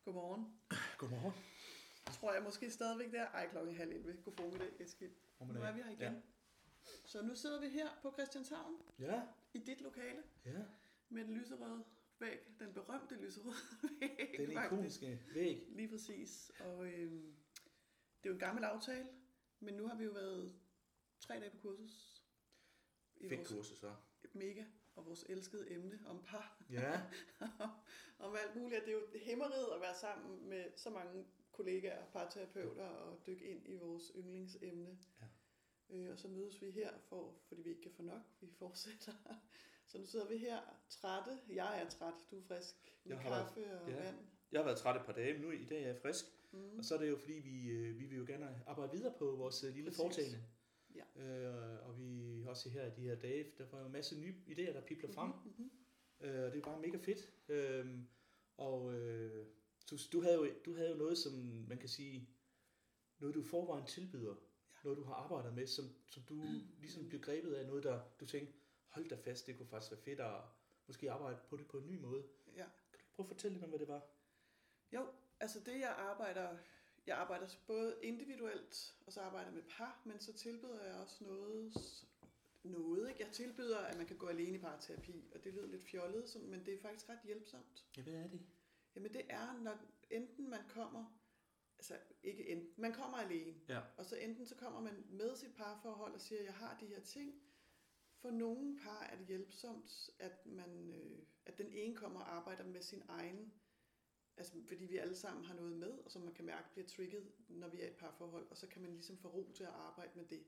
Godmorgen. Godmorgen. Tror jeg måske stadigvæk der. Ej, 10:30. God formiddag, Eskild. Nu er vi her igen. Ja. Så nu sidder vi her på Christianshavn. Ja. I dit lokale. Ja. Med den lyserøde væg. Den berømte lyserøde væg. Den ikoniske væg. Lige præcis. Og det er jo en gammel aftale. Men nu har vi jo været 3 dage på kursus. Fedt kursus, så. Mega. Og vores elskede emne om par. Ja. om alt muligt. Det er jo hæmmeriget at være sammen med så mange kollegaer, parterapeuter og dykke ind i vores yndlingsemne. Ja. Og så mødes vi her, fordi vi ikke kan få nok. Vi fortsætter. Så nu sidder vi her trætte. Jeg er træt. Du er frisk med kaffe og vand. Jeg har været træt et par dage, men nu i dag er jeg frisk. Mm. Og så er det jo fordi, vi vil jo gerne arbejde videre på vores lille foretagende. Ja. Og vi også her i de her dage, der var jo en masse nye idéer, der pipler frem. Mm-hmm. Og det er bare mega fedt. Du havde jo noget, som man kan sige, noget du forvejen tilbyder. Ja. Noget du har arbejdet med, som du ligesom blev grebet af, noget der du tænkte, hold da fast, det kunne faktisk være fedt at måske arbejde på det på en ny måde. Ja. Kan du prøve at fortælle lidt om, hvad det var? Jo, altså det jeg arbejder både individuelt, og så arbejder med par, men så tilbyder jeg også noget, ikke? Jeg tilbyder, at man kan gå alene i parterapi, og det lyder lidt fjollet, men det er faktisk ret hjælpsomt. Ja, hvad er det? Jamen det er, når enten man kommer, altså ikke enten, man kommer alene, ja. Og så enten så kommer man med sit parforhold og siger, jeg har de her ting. For nogle par er det hjælpsomt, at den ene kommer og arbejder med sin egen, altså fordi vi alle sammen har noget med, og som man kan mærke bliver trigget, når vi er i et parforhold, og så kan man ligesom få ro til at arbejde med det.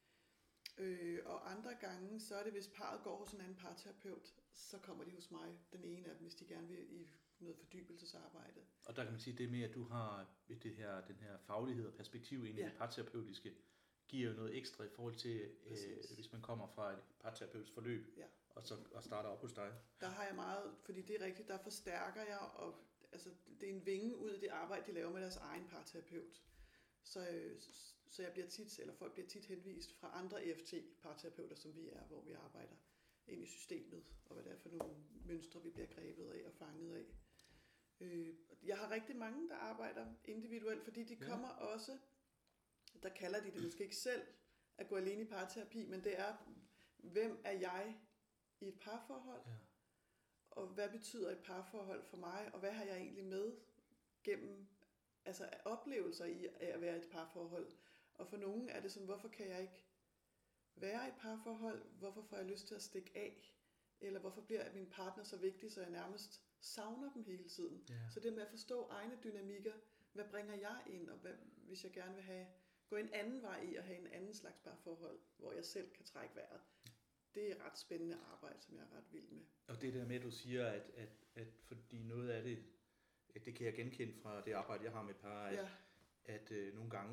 Og andre gange, så er det, hvis parret går hos en anden parterapeut, så kommer de hos mig, den ene af dem, hvis de gerne vil i noget fordybelsesarbejde. Og der kan man sige, det med, at du har den her faglighed og perspektiv ind i det parterapeutiske, giver jo noget ekstra i forhold til, hvis man kommer fra et parterapeutisk forløb, og starter op hos dig. Der har jeg meget, fordi det er rigtigt, der forstærker jeg, og altså, det er en vinge ud af det arbejde, de laver med deres egen parterapeut. Så jeg bliver folk bliver tit henvist fra andre EFT-parterapeuter, som vi er, hvor vi arbejder ind i systemet, og hvad det er for nogle mønstre, vi bliver grebet af og fanget af. Jeg har rigtig mange, der arbejder individuelt, fordi de kommer også, der kalder de det måske ikke selv, at gå alene i parterapi, men det er, hvem er jeg i et parforhold, og hvad betyder et parforhold for mig, og hvad har jeg egentlig med gennem oplevelser i at være i et parforhold. Og for nogen er det sådan, hvorfor kan jeg ikke være i et parforhold? Hvorfor får jeg lyst til at stikke af? Eller hvorfor bliver min partner så vigtig, så jeg nærmest savner dem hele tiden? Yeah. Så det med at forstå egne dynamikker, hvad bringer jeg ind? Og hvis jeg gerne vil gå en anden vej i at have en anden slags parforhold, hvor jeg selv kan trække vejret. Det er ret spændende arbejde, som jeg er ret vild med. Og det der med, at du siger, at fordi noget af det kan jeg genkende fra det arbejde, jeg har med par, at nogle gange,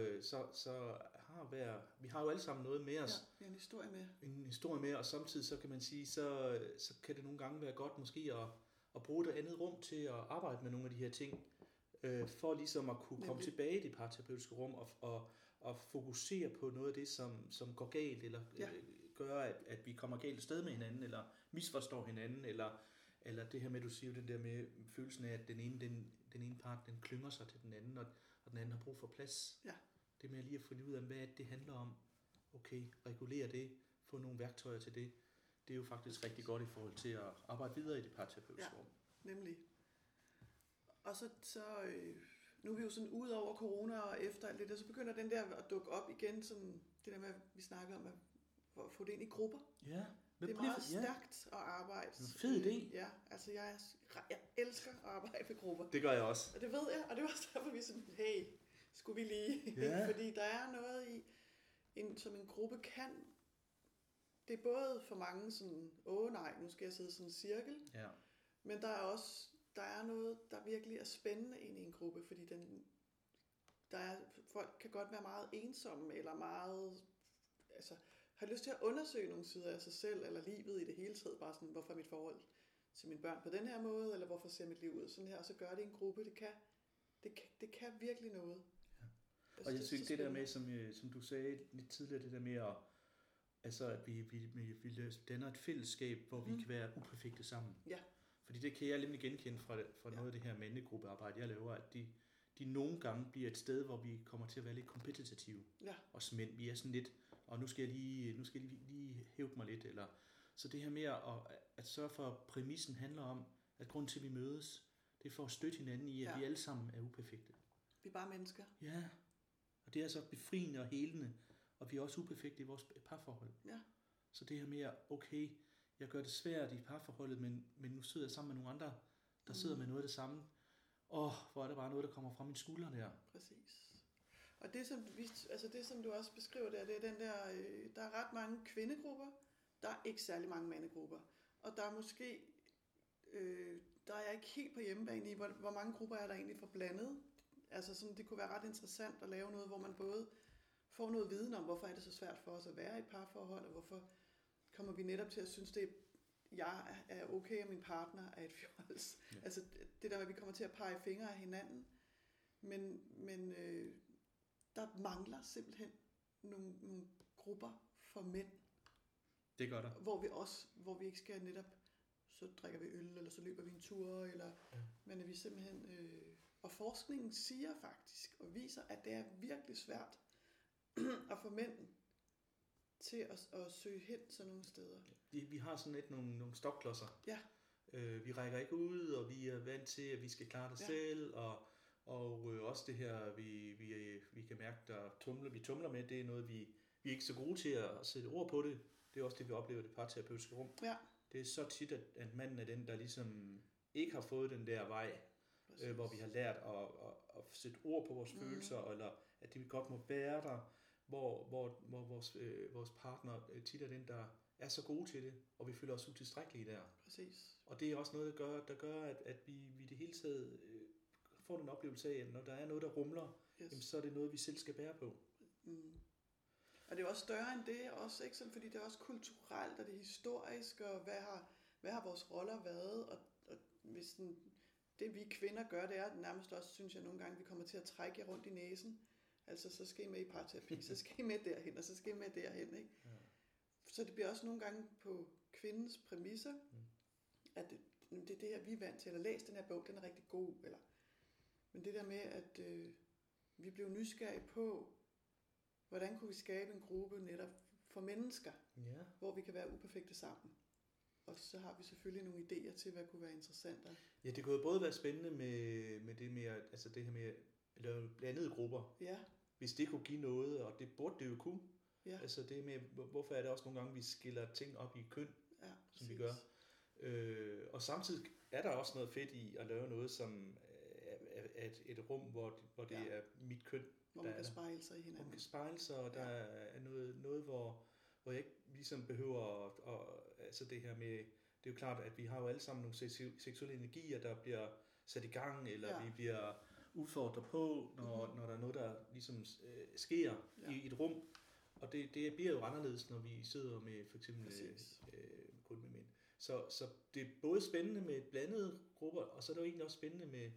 så har vi har jo alle sammen noget med os. Ja, en historie med. Og samtidig så kan man sige, så kan det nogle gange være godt måske at bruge det andet rum til at arbejde med nogle af de her ting, for ligesom at kunne komme tilbage i det parterapeutiske rum og fokusere på noget af det, som går galt, eller gør, at vi kommer galt sted med hinanden, eller misforstår hinanden, eller det her med, du siger den der med følelsen af, at den ene part, den klynger sig til den anden, og den anden har brug for plads. Ja. Det med lige at finde ud af, hvad det handler om. Okay, regulere det, få nogle værktøjer til det. Det er jo faktisk rigtig godt i forhold til at arbejde videre i det parterapeutiske rum. Nemlig. Og så nu er vi jo sådan ud over corona og efter alt det der, så begynder den der at dukke op igen, sådan det der med, vi snakker om at få det ind i grupper. Ja. Det er meget stærkt at arbejde. En fed idé. Ja, altså jeg elsker at arbejde med grupper. Det gør jeg også. Og det ved jeg, og det var også derfor, vi sådan, hey, skulle vi lige? Ja. Fordi der er noget i, som en gruppe kan. Det er både for mange sådan, nej, nu skal jeg sidde i sådan en cirkel. Ja. Men der er noget, der virkelig er spændende inde i en gruppe, fordi folk kan godt være meget ensomme, eller meget, har lyst til at undersøge nogle sider af sig selv, eller livet i det hele taget, bare sådan, hvorfor er mit forhold til mine børn på den her måde, eller hvorfor ser mit liv ud sådan her, og så gør det i en gruppe, det kan virkelig noget. Ja. Og jeg synes, det der med, som du sagde lidt tidligere, det der med at vi danner et fællesskab, hvor vi kan være uperfekte sammen. Ja. Fordi det kan jeg nemlig genkende fra noget af det her mandegruppearbejde, jeg laver, at de nogle gange bliver et sted, hvor vi kommer til at være lidt kompetitive. Ja. Os mænd, vi er sådan lidt, og nu skal jeg lige hæve mig lidt. Eller, så det her med at sørge for, at præmissen handler om, at grunden til, at vi mødes, det er for at støtte hinanden i, at vi alle sammen er uperfekte. Vi er bare mennesker. Ja, og det er så befriende og helende, og vi er også uperfekte i vores parforhold. Ja. Så det her med, okay, jeg gør det svært i parforholdet, men nu sidder jeg sammen med nogle andre, der sidder med noget af det samme. Hvor er der bare noget, der kommer fra mine skuldre der. Præcis. Og det, som du også beskriver der, det er den der, der er ret mange kvindegrupper, der er ikke særlig mange mandegrupper. Og der er måske, der er jeg ikke helt på hjemmebane i, hvor mange grupper er der egentlig for blandet. Altså sådan, det kunne være ret interessant at lave noget, hvor man både får noget viden om, hvorfor er det så svært for os at være i et parforhold, og hvorfor kommer vi netop til at synes, jeg er okay, og min partner er et fjols. Ja. Altså det der med, at vi kommer til at pege fingre af hinanden. Men der mangler simpelthen nogle grupper for mænd. Det gør der. Hvor vi ikke skal netop, så drikker vi øl, eller så løber vi en tur, eller, men at vi simpelthen... og forskningen siger faktisk, og viser, at det er virkelig svært at få mænd til at søge hen sådan nogle steder. Vi har sådan lidt nogle stopklodser. Ja. Vi rækker ikke ud, og vi er vant til, at vi skal klare det selv, og også det her, vi kan mærke, vi tumler med, det er noget, vi er ikke så gode til at sætte ord på det. Det er også det, vi oplever i det parterapeutiske rum. Ja. Det er så tit, at manden er den, der ligesom ikke har fået den der vej, hvor vi har lært at sætte ord på vores følelser, eller at det godt må være der, hvor vores partner tit er den, der er så gode til det, og vi føler os utilstrækkelige der. Præcis. Og det er også noget, der gør at vi det hele taget får den oplevelse af, at når der er noget, der rumler, jamen, så er det noget, vi selv skal bære på. Mm. Og det er også større end det, også, ikke? Sådan, fordi det er også kulturelt, og det er historisk, og hvad har vores roller været, og hvis det vi kvinder gør, det er nærmest også, synes jeg nogle gange, vi kommer til at trække jer rundt i næsen. Altså, så skal I med i parterapi, så skal I med derhen, og så skal I med derhen, ikke? Ja. Så det bliver også nogle gange på kvindens præmisser, at det er det her, vi er vant til, eller læs den her bog, den er rigtig god, eller... Men det der med, at vi blev nysgerrige på, hvordan kunne vi skabe en gruppe netop for mennesker, hvor vi kan være uperfekte sammen. Og så har vi selvfølgelig nogle idéer til, hvad kunne være interessant. Ja, det kunne jo både være spændende med det med, altså det her med at lave blandede grupper. Ja. Hvis det kunne give noget, og det burde det jo kunne. Ja. Altså det med, hvorfor er det også nogle gange, vi skiller ting op i køn, som vi gør. Og samtidig er der også noget fedt i at lave noget, som er et rum, hvor det er mit køn. Hvor man kan spejle sig i hinanden. Hvor man kan spejle sig, og der er noget hvor jeg ikke ligesom behøver altså det her med, det er jo klart, at vi har jo alle sammen nogle seksuelle energier, der bliver sat i gang, eller vi bliver udfordret på, når der er noget, der ligesom sker i et rum. Og det bliver jo anderledes, når vi sidder med for eksempel kun med mænd. Så det er både spændende med blandede grupper, og så er det jo egentlig også spændende med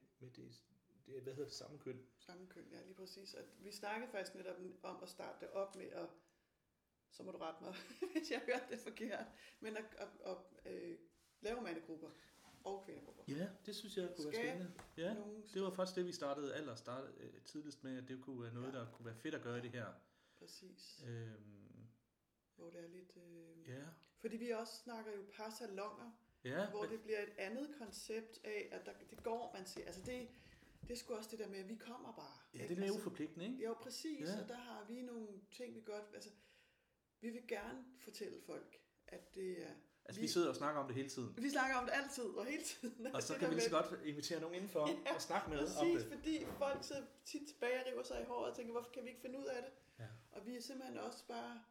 det, hvad hedder det, samme køn. Samme køn, ja, lige præcis. At vi snakkede faktisk netop om at starte det op med at, så må du rette mig, hvis jeg hørte det forkert, men at lave mandegrupper og kvindegrupper. Ja, det synes jeg kunne være spændende. Ja, det var faktisk det, vi startede tidligst med, at det kunne være noget, der kunne være fedt at gøre i det her. Præcis. Hvor det er lidt... Fordi vi også snakker jo parsalonger, hvor det bliver et andet koncept af, at det går man til. Altså det er sgu også det der med, at vi kommer bare. Ja, det er mere uforpligtende, ikke? Jo, præcis. Ja. Og der har vi nogle ting, vi godt... Altså, vi vil gerne fortælle folk, at det er... Altså vi sidder og snakker om det hele tiden. Vi snakker om det altid og hele tiden. Og så kan vi lige så godt invitere nogen indenfor og snakke med præcis, om det. Fordi folk sidder tit tilbage og river sig i håret og tænker, hvorfor kan vi ikke finde ud af det? Ja. Og vi er simpelthen også bare...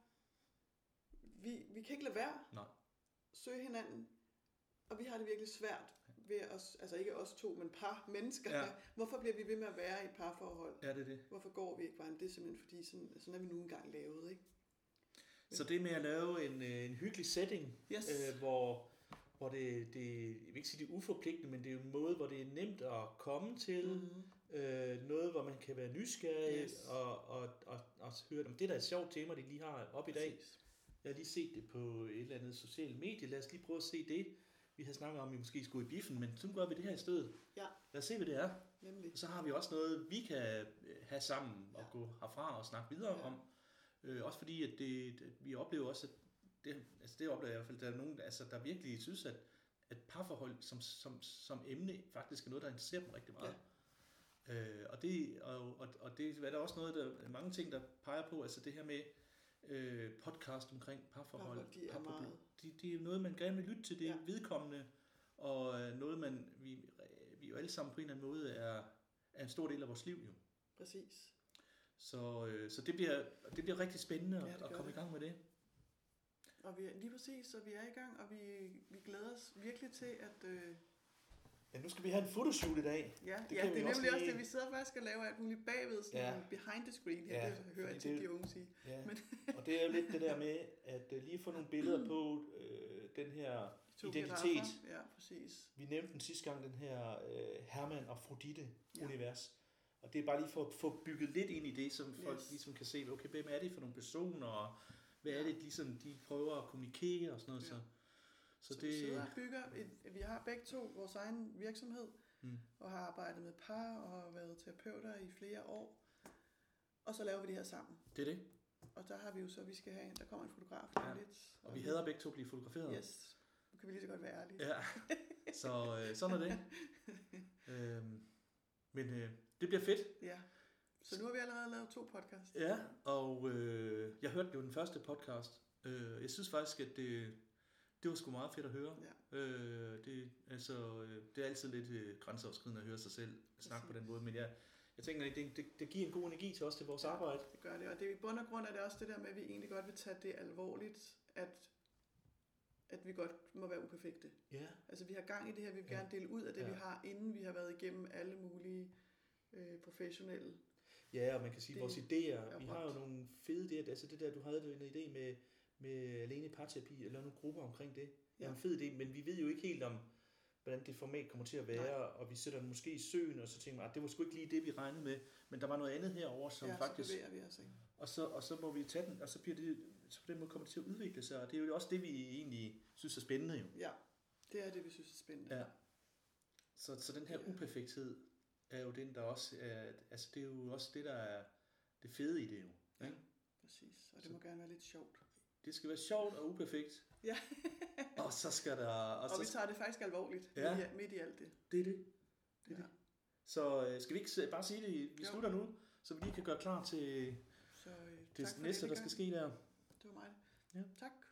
Vi kan ikke lade være. Nej. Søge hinanden. Og vi har det virkelig svært ved os, altså ikke os to, men par mennesker. Ja. Hvorfor bliver vi ved med at være i et parforhold? Ja, det er det. Hvorfor går vi ikke vejen? Det er simpelthen fordi, sådan er vi nu engang lavet, ikke? Så det med at lave en hyggelig setting, hvor det jeg vil ikke sige det er uforpligtende, men det er jo en måde, hvor det er nemt at komme til, noget, hvor man kan være nysgerrig og høre dem. Det er da et sjovt tema, de lige har op i dag. Jeg har lige set det på et eller andet socialt medie. Lad os lige prøve at se det. Vi havde snakket om, at vi måske skulle i biffen, men så gør vi det her i stedet. Ja. Lad os se, hvad det er. Nemlig. Og så har vi også noget, vi kan have sammen og gå herfra og snakke videre om. Også fordi, at vi oplever også, at det oplever jeg i hvert fald, der er nogen, altså, der virkelig synes, at parforhold som emne faktisk er noget, der interesserer dem rigtig meget. Ja. Og det er der også noget, der mange ting, der peger på, altså det her med podcast omkring parforhold. Det er noget, man gerne vil lytte til, det er vedkommende, og noget, vi jo alle sammen på en eller anden måde er en stor del af vores liv jo. Præcis. Så det bliver rigtig spændende at komme i gang med det. Og lige præcis, så vi er i gang, og vi glæder os virkelig til, at... Ja, nu skal vi have en fotoshoot i dag. Ja, det er nemlig også det, vi sidder faktisk og laver alt muligt bagved, sådan behind the screen, det hører jeg tit de unge sige. Ja. Men og det er jo lidt det der med, at lige få nogle billeder på den her identitet. Ja, præcis. Vi nævnte den sidste gang, den her Herman og Afrodite-univers. Og det er bare lige for at få bygget lidt ind i det, som folk ligesom kan se, okay, hvem er det for nogle personer, og hvad er det, ligesom, de prøver at kommunikere og sådan noget. Så det... vi sidder og bygger, vi har begge to vores egen virksomhed, og har arbejdet med par, og har været terapeuter i flere år, og så laver vi det her sammen. Det er det. Og der har vi jo så, vi skal have der kommer en fotograf lidt. Og vi hader begge to at blive fotograferet. Yes, nu kan vi lige så godt være ærlige. Ja, så sådan er det. Men det bliver fedt. Ja, så nu har vi allerede lavet 2 podcasts. Ja, og jeg hørte jo den første podcast. Jeg synes faktisk, at det var sgu meget fedt at høre. Ja. Det er altid lidt grænseoverskridende at høre sig selv snakke på den måde, men jeg tænker, at det giver en god energi til os til vores arbejde. Det gør det, og det i bund og grund er det også det der med, at vi egentlig godt vil tage det alvorligt, at vi godt må være uperfekte. Ja. Altså vi har gang i det her, vi vil gerne dele ud af det, vi har, inden vi har været igennem alle mulige professionelle. Ja, og man kan sige, vores idéer, vi har jo nogle fede idéer, altså det der, du havde en idé med alene parterapi, eller nogle grupper omkring det. Det er en fed idé, men vi ved jo ikke helt om, hvordan det format kommer til at være, og vi sætter den måske i søen, og så tænker man, det var sgu ikke lige det, vi regnede med, men der var noget andet herover som faktisk... så bevæger vi os, ikke? Og så må vi tage den, og så bliver det, så på den måde kommer det til at udvikle sig, og det er jo også det, vi egentlig synes er spændende jo. Ja, det er det, vi synes er spændende. Ja. Så den her uperfekthed er jo den, der også er, altså det er jo også det, der er det fede i det jo. Ja, ikke? Præcis, og det må gerne være lidt sjovt. Det skal være sjovt og uperfekt. Ja. Og så skal der... Og vi tager det faktisk alvorligt midt i alt det. Det er det. Så skal vi ikke bare sige det, vi slutter nu, så vi lige kan gøre klar til det næste, der skal ske der. Det var mig. Ja. Tak.